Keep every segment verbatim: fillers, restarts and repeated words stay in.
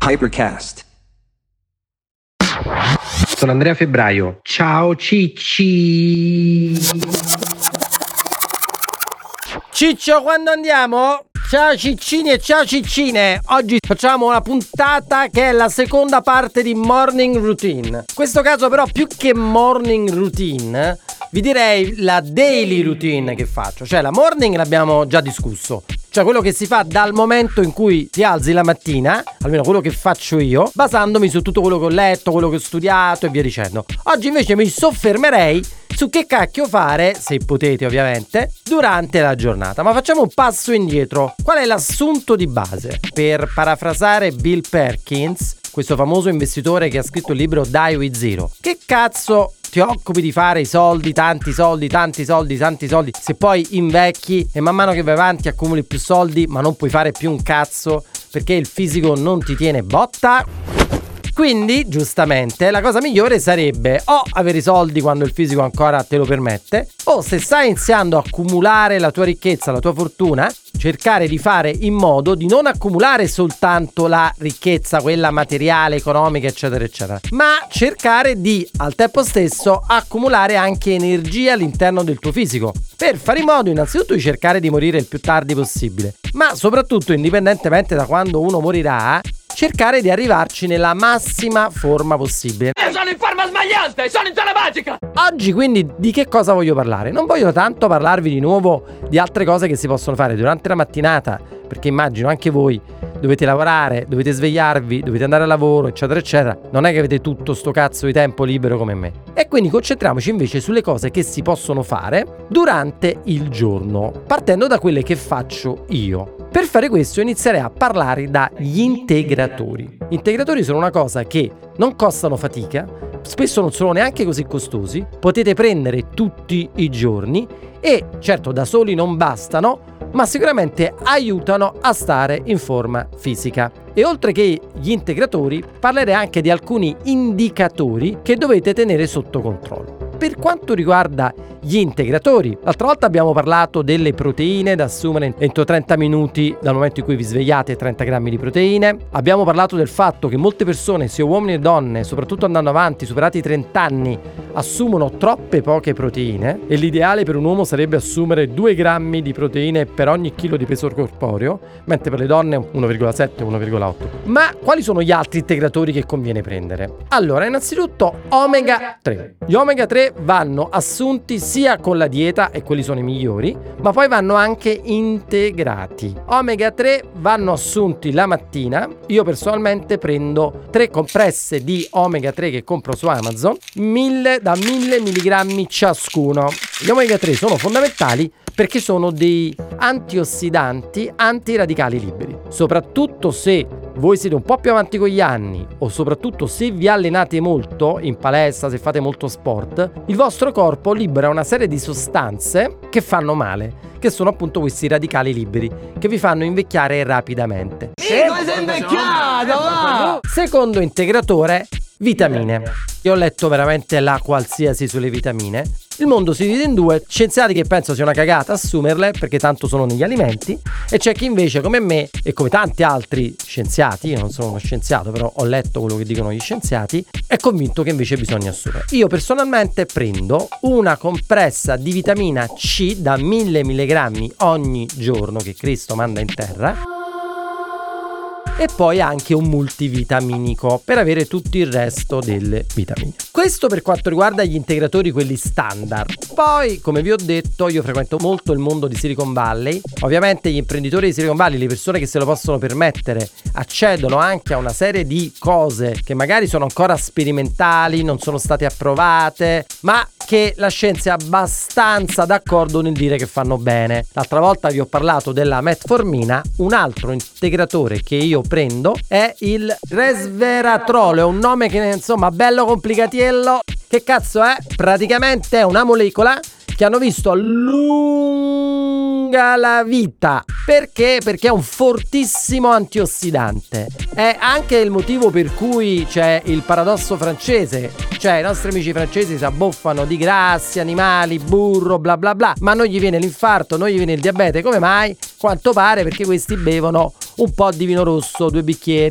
Hypercast. Sono Andrea Febbraio. Ciao Cicci. Ciccio, quando andiamo? Ciao Ciccini e ciao Ciccine. Oggi facciamo una puntata che è la seconda parte di Morning Routine. In questo caso però più che Morning Routine vi direi la daily routine che faccio. Cioè la morning l'abbiamo già discusso, cioè quello che si fa dal momento in cui ti alzi la mattina, almeno quello che faccio io, basandomi su tutto quello che ho letto, quello che ho studiato e via dicendo. Oggi invece mi soffermerei su che cacchio fare, se potete ovviamente, durante la giornata. Ma facciamo un passo indietro. Qual è l'assunto di base? Per parafrasare Bill Perkins, questo famoso investitore che ha scritto il libro Die with Zero, che cazzo ti occupi di fare i soldi, tanti soldi, tanti soldi, tanti soldi, se poi invecchi e man mano che vai avanti accumuli più soldi ma non puoi fare più un cazzo perché il fisico non ti tiene botta? Quindi, giustamente, la cosa migliore sarebbe o avere i soldi quando il fisico ancora te lo permette, o se stai iniziando a accumulare la tua ricchezza, la tua fortuna, cercare di fare in modo di non accumulare soltanto la ricchezza, quella materiale, economica, eccetera, eccetera, ma cercare di, al tempo stesso, accumulare anche energia all'interno del tuo fisico, per fare in modo innanzitutto di cercare di morire il più tardi possibile, ma soprattutto, indipendentemente da quando uno morirà, cercare di arrivarci nella massima forma possibile. Io sono in forma sbagliante, sono in zona magica! Oggi quindi di che cosa voglio parlare? Non voglio tanto parlarvi di nuovo di altre cose che si possono fare durante la mattinata, perché immagino anche voi dovete lavorare, dovete svegliarvi, dovete andare al lavoro, eccetera, eccetera. Non è che avete tutto sto cazzo di tempo libero come me. E quindi concentriamoci invece sulle cose che si possono fare durante il giorno, partendo da quelle che faccio io. Per fare questo inizierei a parlare dagli integratori. Gli integratori sono una cosa che non costano fatica, spesso non sono neanche così costosi, potete prendere tutti i giorni e certo da soli non bastano, ma sicuramente aiutano a stare in forma fisica. E oltre che gli integratori, parlerei anche di alcuni indicatori che dovete tenere sotto controllo. Per quanto riguarda gli integratori, l'altra volta abbiamo parlato delle proteine da assumere entro trenta minuti dal momento in cui vi svegliate, trenta grammi di proteine. Abbiamo parlato del fatto che molte persone, sia uomini che donne, soprattutto andando avanti, superati i trenta anni, assumono troppe poche proteine e l'ideale per un uomo sarebbe assumere due grammi di proteine per ogni chilo di peso corporeo, mentre per le donne uno virgola sette uno virgola otto. Ma quali sono gli altri integratori che conviene prendere? Allora, innanzitutto omega tre. Gli omega tre vanno assunti sia con la dieta, e quelli sono i migliori, ma poi vanno anche integrati. Omega tre vanno assunti la mattina. Io personalmente prendo tre compresse di omega tre che compro su Amazon, mille da mille milligrammi ciascuno. Gli omega tre sono fondamentali perché sono dei antiossidanti antiradicali liberi. Soprattutto se voi siete un po' più avanti con gli anni o soprattutto se vi allenate molto in palestra, se fate molto sport, il vostro corpo libera una serie di sostanze che fanno male, che sono appunto questi radicali liberi che vi fanno invecchiare rapidamente. Come sei invecchiato, va! Secondo integratore, vitamine. Io ho letto veramente la qualsiasi sulle vitamine. Il mondo si divide in due: scienziati che pensano sia una cagata assumerle perché tanto sono negli alimenti, e c'è chi invece come me e come tanti altri scienziati, io non sono uno scienziato però ho letto quello che dicono gli scienziati, è convinto che invece bisogna assumere. Io personalmente prendo una compressa di vitamina C da mille milligrammi ogni giorno che Cristo manda in terra, e poi anche un multivitaminico per avere tutto il resto delle vitamine. Questo per quanto riguarda gli integratori, quelli standard. Poi, come vi ho detto, io frequento molto il mondo di Silicon Valley. Ovviamente gli imprenditori di Silicon Valley, le persone che se lo possono permettere, accedono anche a una serie di cose che magari sono ancora sperimentali, non sono state approvate, ma che la scienza è abbastanza d'accordo nel dire che fanno bene. L'altra volta vi ho parlato della metformina. Un altro integratore che io prendo è il resveratrolo, è un nome che insomma bello complicatiello. Che cazzo è? Praticamente è una molecola che hanno visto allunga la vita. Perché? Perché è un fortissimo antiossidante. È anche il motivo per cui c'è il paradosso francese, cioè i nostri amici francesi si abboffano di grassi, animali, burro, bla bla bla, ma non gli viene l'infarto, non gli viene il diabete. Come mai? Quanto pare perché questi bevono un po' di vino rosso, due bicchieri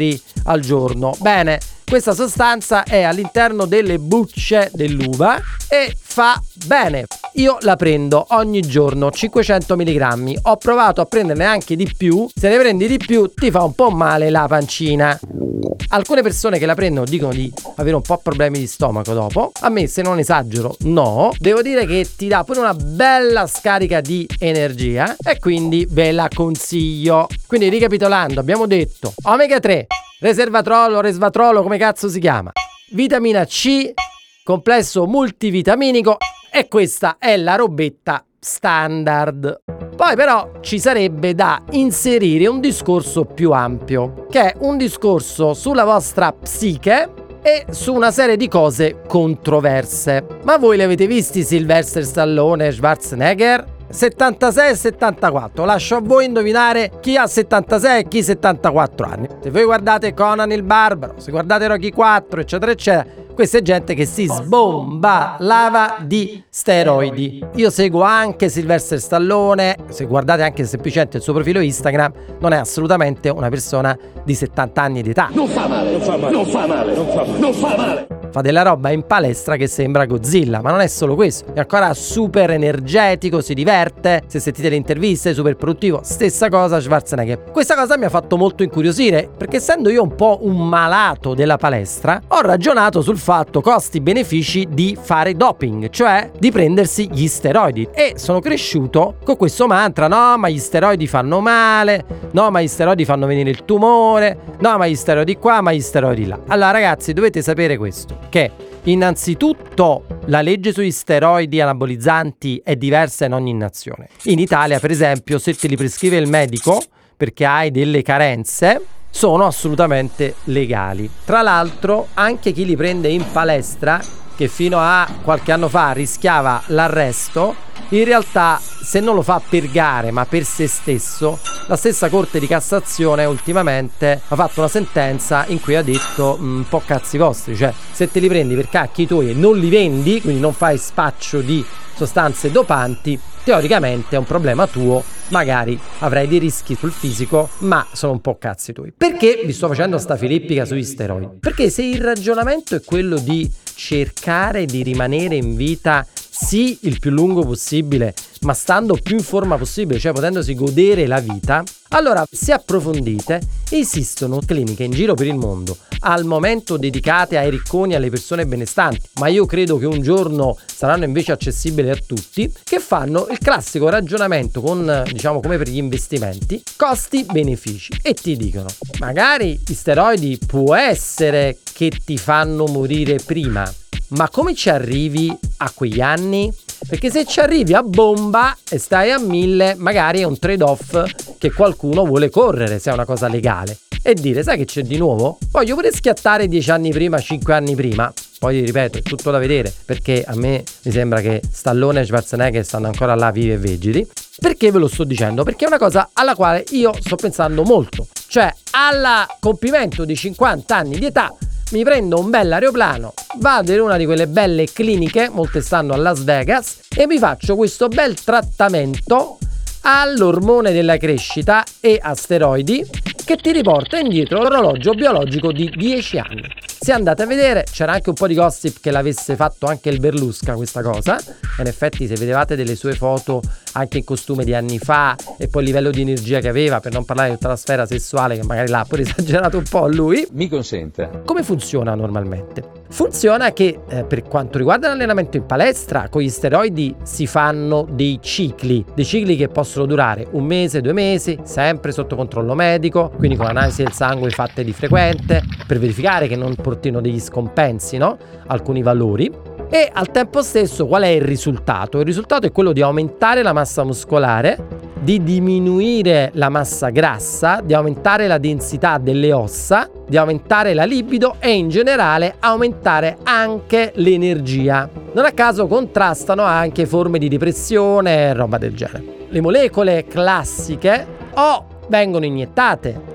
al giorno. Bene, questa sostanza è all'interno delle bucce dell'uva e fa bene. Io la prendo ogni giorno, cinquecento milligrammi. Ho provato a prenderne anche di più. Se ne prendi di più ti fa un po' male la pancina. Alcune persone che la prendono dicono di avere un po' problemi di stomaco dopo. A me, se non esagero, no. Devo dire che ti dà pure una bella scarica di energia e quindi ve la consiglio. Quindi ricapitolando, abbiamo detto omega tre, resveratrolo, resveratrolo, come cazzo si chiama, vitamina C, complesso multivitaminico, e questa è la robetta standard. Poi però ci sarebbe da inserire un discorso più ampio, che è un discorso sulla vostra psiche e su una serie di cose controverse. Ma voi li avete visti Sylvester Stallone e Schwarzenegger? settantasei e settantaquattro, lascio a voi indovinare chi ha settantasei e chi settantaquattro anni. Se voi guardate Conan il Barbaro, se guardate Rocky quattro, eccetera eccetera, questa è gente che si sbomba lava di steroidi. Io seguo anche Sylvester Stallone, se guardate anche semplicemente il suo profilo Instagram, non è assolutamente una persona di settanta anni di età. Non fa male, non fa male, non fa male, non fa male, non fa male. Fa della roba in palestra che sembra Godzilla, ma non è solo questo, è ancora super energetico, si diverte, se sentite le interviste è super produttivo. Stessa cosa Schwarzenegger. Questa cosa mi ha fatto molto incuriosire, perché essendo io un po' un malato della palestra, ho ragionato sul fatto costi-benefici di fare doping, cioè di prendersi gli steroidi, e sono cresciuto con questo mantra: no ma gli steroidi fanno male, no ma gli steroidi fanno venire il tumore, no ma gli steroidi qua, ma gli steroidi là. Allora ragazzi, dovete sapere questo, che innanzitutto la legge sugli steroidi anabolizzanti è diversa in ogni nazione. In Italia, per esempio, se te li prescrive il medico perché hai delle carenze, sono assolutamente legali. Tra l'altro, anche chi li prende in palestra, che fino a qualche anno fa rischiava l'arresto, in realtà se non lo fa per gare ma per se stesso, la stessa Corte di Cassazione ultimamente ha fatto una sentenza in cui ha detto un po' cazzi vostri, cioè se te li prendi per cacchi tuoi e non li vendi, quindi non fai spaccio di sostanze dopanti, teoricamente è un problema tuo, magari avrai dei rischi sul fisico, ma sono un po' cazzi tuoi. Perché vi sto facendo sta filippica sugli steroidi? Perché se il ragionamento è quello di cercare di rimanere in vita, sì, il più lungo possibile, ma stando più in forma possibile, cioè potendosi godere la vita, allora se approfondite, esistono cliniche in giro per il mondo al momento dedicate ai ricconi, alle persone benestanti, ma io credo che un giorno saranno invece accessibili a tutti, che fanno il classico ragionamento con, diciamo, come per gli investimenti, costi-benefici, e ti dicono magari gli steroidi può essere che ti fanno morire prima, ma come ci arrivi a quegli anni? Perché se ci arrivi a bomba e stai a mille, magari è un trade-off che qualcuno vuole correre, se è una cosa legale, e dire: sai che c'è di nuovo? Voglio pure schiattare dieci anni prima, cinque anni prima. Poi ripeto, è tutto da vedere, perché a me mi sembra che Stallone e Schwarzenegger stanno ancora là vivi e vegeti. Perché ve lo sto dicendo? Perché è una cosa alla quale io sto pensando molto, cioè al compimento di cinquanta anni di età mi prendo un bel aeroplano, vado in una di quelle belle cliniche, molte stanno a Las Vegas, e mi faccio questo bel trattamento all'ormone della crescita e a steroidi che ti riporta indietro l'orologio biologico di dieci anni. Se andate a vedere, c'era anche un po' di gossip che l'avesse fatto anche il Berlusca questa cosa, e in effetti se vedevate delle sue foto anche in costume di anni fa, e poi il livello di energia che aveva, per non parlare di tutta la sfera sessuale che magari l'ha pure esagerato un po' lui. Mi consente. Come funziona normalmente? Funziona che eh, per quanto riguarda l'allenamento in palestra, con gli steroidi si fanno dei cicli, dei cicli che possono durare un mese, due mesi, sempre sotto controllo medico, quindi con analisi del sangue fatte di frequente, per verificare che non portino degli scompensi, no? Alcuni valori. E al tempo stesso qual è il risultato? Il risultato è quello di aumentare la massa muscolare, di diminuire la massa grassa, di aumentare la densità delle ossa, di aumentare la libido e in generale aumentare anche l'energia. Non a caso contrastano anche forme di depressione e roba del genere. Le molecole classiche o vengono iniettate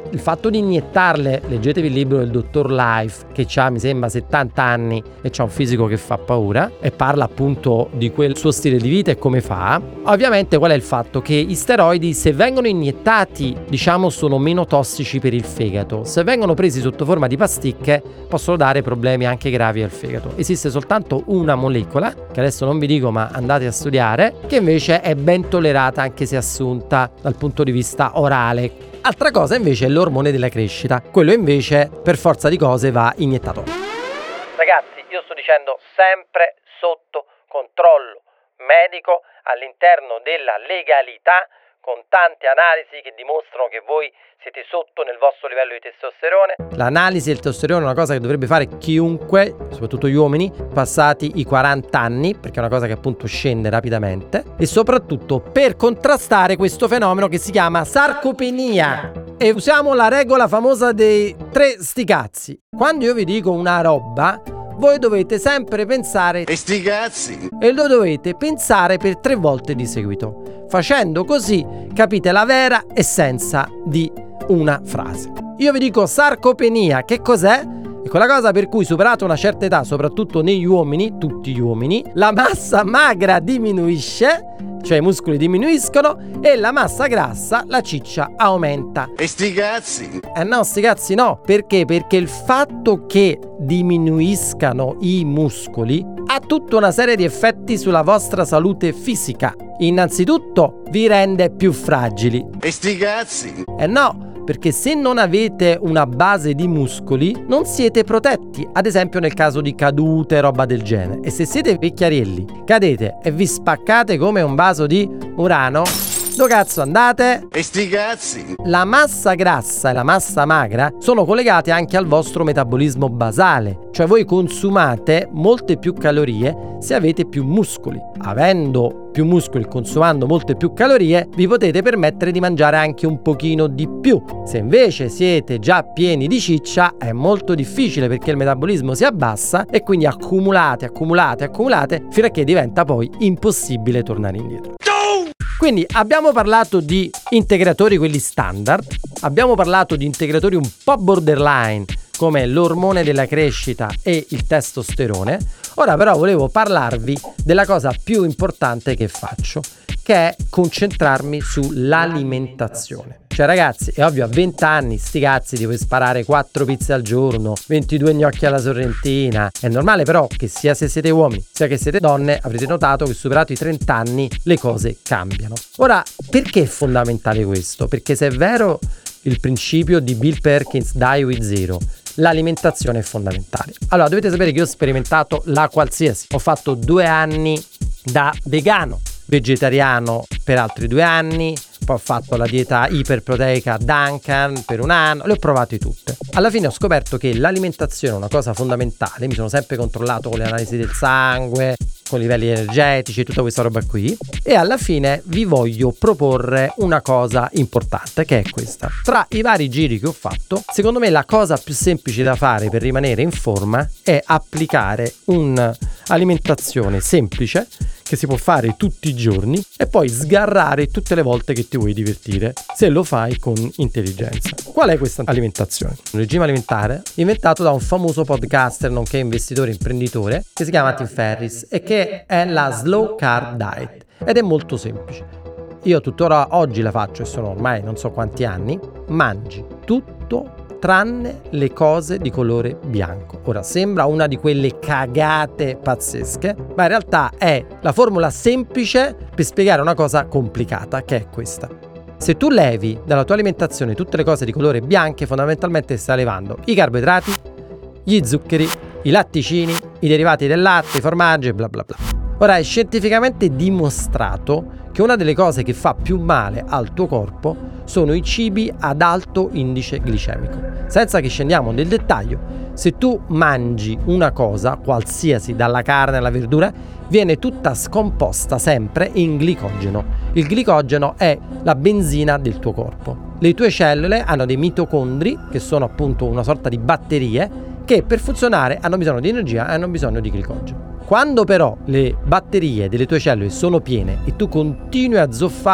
il fatto di iniettarle, leggetevi il libro del dottor Life, che ha mi sembra settanta anni e c'ha un fisico che fa paura e parla appunto di quel suo stile di vita e come fa. Ovviamente qual è il fatto? Che i steroidi, se vengono iniettati, diciamo, sono meno tossici per il fegato. Se vengono presi sotto forma di pasticche possono dare problemi anche gravi al fegato. Esiste soltanto una molecola, che adesso non vi dico ma andate a studiare, che invece è ben tollerata anche se assunta dal punto di vista orale. Altra cosa invece è l'ormone della crescita. Quello invece per forza di cose va iniettato. Ragazzi, io sto dicendo sempre sotto controllo medico all'interno della legalità, con tante analisi che dimostrano che voi siete sotto nel vostro livello di testosterone. L'analisi del testosterone è una cosa che dovrebbe fare chiunque, soprattutto gli uomini, passati i quaranta anni, perché è una cosa che appunto scende rapidamente, e soprattutto per contrastare questo fenomeno che si chiama sarcopenia. E usiamo la regola famosa dei tre sti cazzi. Quando io vi dico una roba, voi dovete sempre pensare e sti cazzi e lo dovete pensare per tre volte di seguito. Facendo così capite la vera essenza di una frase. Io vi dico sarcopenia, che cos'è? È quella cosa per cui, superata una certa età, soprattutto negli uomini, tutti gli uomini, la massa magra diminuisce, cioè i muscoli diminuiscono, e la massa grassa, la ciccia, aumenta. e sti cazzi Eh no, sti cazzi no. Perché? Perché il fatto che diminuiscano i muscoli ha tutta una serie di effetti sulla vostra salute fisica. Innanzitutto vi rende più fragili. e sti cazzi Eh no, perché se non avete una base di muscoli non siete protetti, ad esempio nel caso di cadute, roba del genere. E se siete vecchiarelli, cadete e vi spaccate come un vaso di Urano, dove cazzo andate? e sti cazzi La massa grassa e la massa magra sono collegate anche al vostro metabolismo basale, cioè voi consumate molte più calorie se avete più muscoli. Avendo più muscoli, consumando molte più calorie, vi potete permettere di mangiare anche un pochino di più. Se invece siete già pieni di ciccia è molto difficile, perché il metabolismo si abbassa e quindi accumulate, accumulate, accumulate fino a che diventa poi impossibile tornare indietro. Quindi abbiamo parlato di integratori, quelli standard, abbiamo parlato di integratori un po' borderline come l'ormone della crescita e il testosterone. Ora però volevo parlarvi della cosa più importante che faccio, che è concentrarmi sull'alimentazione. Cioè ragazzi, è ovvio, a venti anni sti cazzi ti puoi sparare quattro pizze al giorno, ventidue gnocchi alla sorrentina. È normale però che sia se siete uomini sia che siete donne avrete notato che superato i trenta anni le cose cambiano. Ora, perché è fondamentale questo? Perché se è vero il principio di Bill Perkins, Die with Zero, l'alimentazione è fondamentale. Allora, dovete sapere che io ho sperimentato la qualsiasi. Ho fatto due anni da vegano, vegetariano per altri due anni, poi ho fatto la dieta iperproteica Duncan per un anno, le ho provate tutte. Alla fine ho scoperto che l'alimentazione è una cosa fondamentale, mi sono sempre controllato con le analisi del sangue, con i livelli energetici e tutta questa roba qui, e alla fine vi voglio proporre una cosa importante, che è questa. Tra i vari giri che ho fatto, secondo me la cosa più semplice da fare per rimanere in forma è applicare un'alimentazione semplice che si può fare tutti i giorni e poi sgarrare tutte le volte che ti vuoi divertire, se lo fai con intelligenza. Qual è questa alimentazione? Un regime alimentare inventato da un famoso podcaster nonché investitore imprenditore che si chiama Tim Ferriss e che è la Slow Carb Diet, ed è molto semplice. Io tuttora oggi la faccio e sono ormai non so quanti anni. Mangi tutto tranne le cose di colore bianco. Ora sembra una di quelle cagate pazzesche, ma in realtà è la formula semplice per spiegare una cosa complicata, che è questa. Se tu levi dalla tua alimentazione tutte le cose di colore bianche, fondamentalmente stai levando i carboidrati, gli zuccheri, i latticini, i derivati del latte, i formaggi e bla bla bla. Ora è scientificamente dimostrato che una delle cose che fa più male al tuo corpo sono i cibi ad alto indice glicemico. Senza che scendiamo nel dettaglio, se tu mangi una cosa, qualsiasi, dalla carne alla verdura, viene tutta scomposta sempre in glicogeno. Il glicogeno è la benzina del tuo corpo. Le tue cellule hanno dei mitocondri, che sono appunto una sorta di batterie, che per funzionare hanno bisogno di energia e hanno bisogno di glicogeno. Quando però le batterie delle tue cellule sono piene e tu continui a zoffare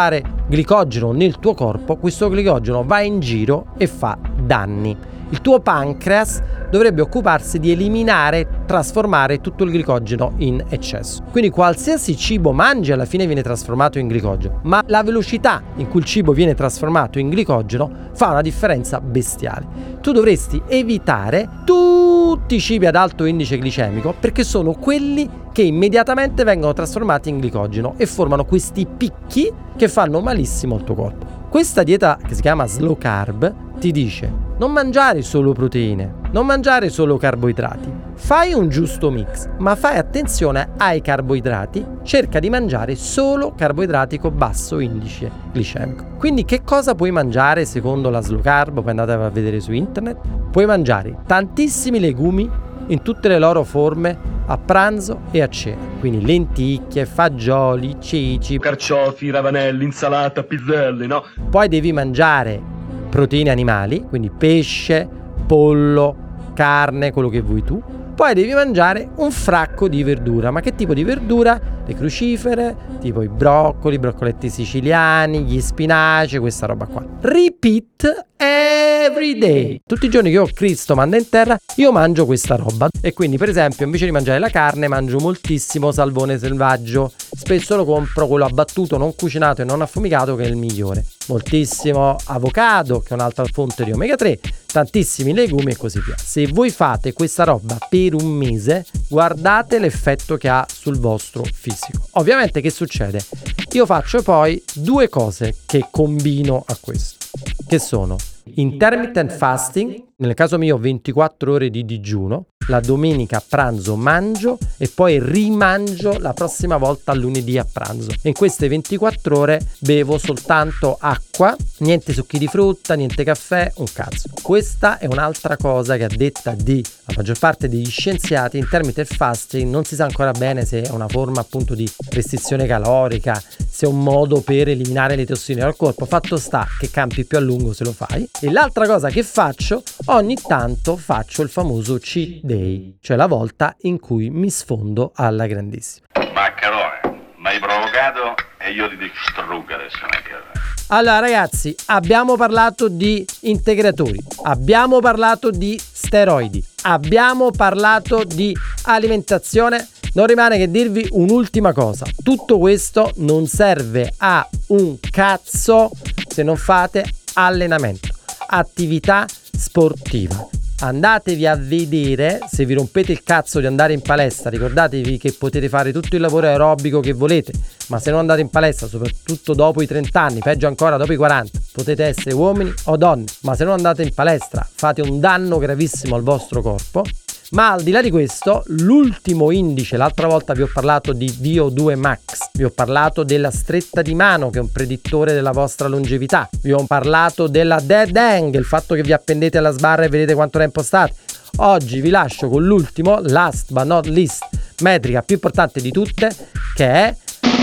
glicogeno nel tuo corpo, questo glicogeno va in giro e fa danni. Il tuo pancreas dovrebbe occuparsi di eliminare, trasformare tutto il glicogeno in eccesso. Quindi qualsiasi cibo mangi alla fine viene trasformato in glicogeno, ma la velocità in cui il cibo viene trasformato in glicogeno fa una differenza bestiale. Tu dovresti evitare tutti i cibi ad alto indice glicemico perché sono quelli che immediatamente vengono trasformati in glicogeno e formano questi picchi che fanno malissimo al tuo corpo. Questa dieta, che si chiama slow carb, ti dice non mangiare solo proteine, non mangiare solo carboidrati, fai un giusto mix, ma fai attenzione ai carboidrati, cerca di mangiare solo carboidrati con basso indice glicemico. Quindi che cosa puoi mangiare secondo la slow carb? Poi andate a vedere su internet. Puoi mangiare tantissimi legumi in tutte le loro forme a pranzo e a cena, quindi lenticchie, fagioli, ceci, Carciofi, ravanelli, insalata, piselli, no? poi devi mangiare proteine animali, quindi pesce, pollo, carne, quello che vuoi tu. Poi devi mangiare un fracco di verdura. Ma che tipo di verdura? Le crucifere, tipo i broccoli, i broccoletti siciliani, gli spinaci, questa roba qua. Repeat every day. Tutti i giorni che ho Cristo manda in terra, io mangio questa roba. E quindi, per esempio, invece di mangiare la carne, mangio moltissimo salmone selvaggio. Spesso lo compro quello abbattuto, non cucinato e non affumicato, che è il migliore. Moltissimo avocado, che è un'altra fonte di omega tre, tantissimi legumi e così via. Se voi fate questa roba per un mese, guardate l'effetto che ha sul vostro fisico. Ovviamente che succede? Io faccio poi due cose che combino a questo, che sono intermittent fasting, nel caso mio ventiquattro ore di digiuno, la domenica a pranzo mangio e poi rimangio la prossima volta lunedì a pranzo. E in queste ventiquattro ore bevo soltanto acqua, niente succhi di frutta, niente caffè, un cazzo. Questa è un'altra cosa che, a detta di la maggior parte degli scienziati, intermittent fasting non si sa ancora bene se è una forma appunto di restrizione calorica, se è un modo per eliminare le tossine dal corpo. Fatto sta che campi più a lungo se lo fai. E l'altra cosa che faccio, ogni tanto faccio il famoso cheat day, cioè la volta in cui mi sfondo alla grandissima. Maccarone, mi hai provocato e io ti distruggo adesso, Maccarone. Allora ragazzi, abbiamo parlato di integratori, abbiamo parlato di steroidi, abbiamo parlato di alimentazione. Non rimane che dirvi un'ultima cosa: tutto questo non serve a un cazzo se non fate allenamento, attività sportiva. Andatevi a vedere, se vi rompete il cazzo di andare in palestra, ricordatevi che potete fare tutto il lavoro aerobico che volete, ma se non andate in palestra, soprattutto dopo i trenta anni, peggio ancora dopo i quaranta, potete essere uomini o donne, ma se non andate in palestra fate un danno gravissimo al vostro corpo. Ma al di là di questo, l'ultimo indice, l'altra volta vi ho parlato di V O due max, vi ho parlato della stretta di mano che è un predittore della vostra longevità, vi ho parlato della dead hang, il fatto che vi appendete alla sbarra e vedete quanto tempo state. Oggi vi lascio con l'ultimo, last but not least, metrica più importante di tutte, che è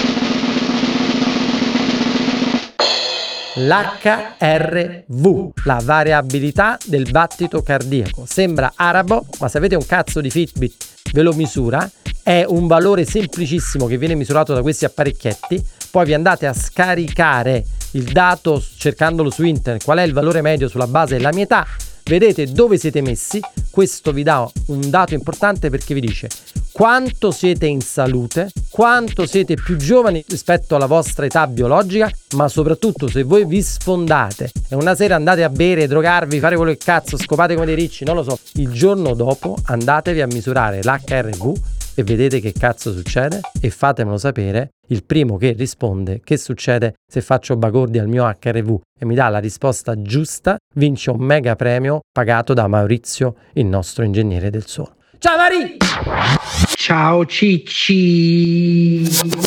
l'H R V, la variabilità del battito cardiaco. Sembra arabo, ma se avete un cazzo di Fitbit ve lo misura. È un valore semplicissimo che viene misurato da questi apparecchietti. Poi vi andate a scaricare il dato cercandolo su internet, qual è il valore medio sulla base della mia età, vedete dove siete messi. Questo vi dà un dato importante perché vi dice quanto siete in salute, quanto siete più giovani rispetto alla vostra età biologica, ma soprattutto se voi vi sfondate e una sera andate a bere, drogarvi, fare quello che cazzo, scopate come dei ricci, non lo so, il giorno dopo andatevi a misurare l'H R V e vedete che cazzo succede e fatemelo sapere. Il primo che risponde che succede se faccio bagordi al mio H R V e mi dà la risposta giusta vince un mega premio pagato da Maurizio, il nostro ingegnere del suono. Ciao Mari! Ciao Cicci!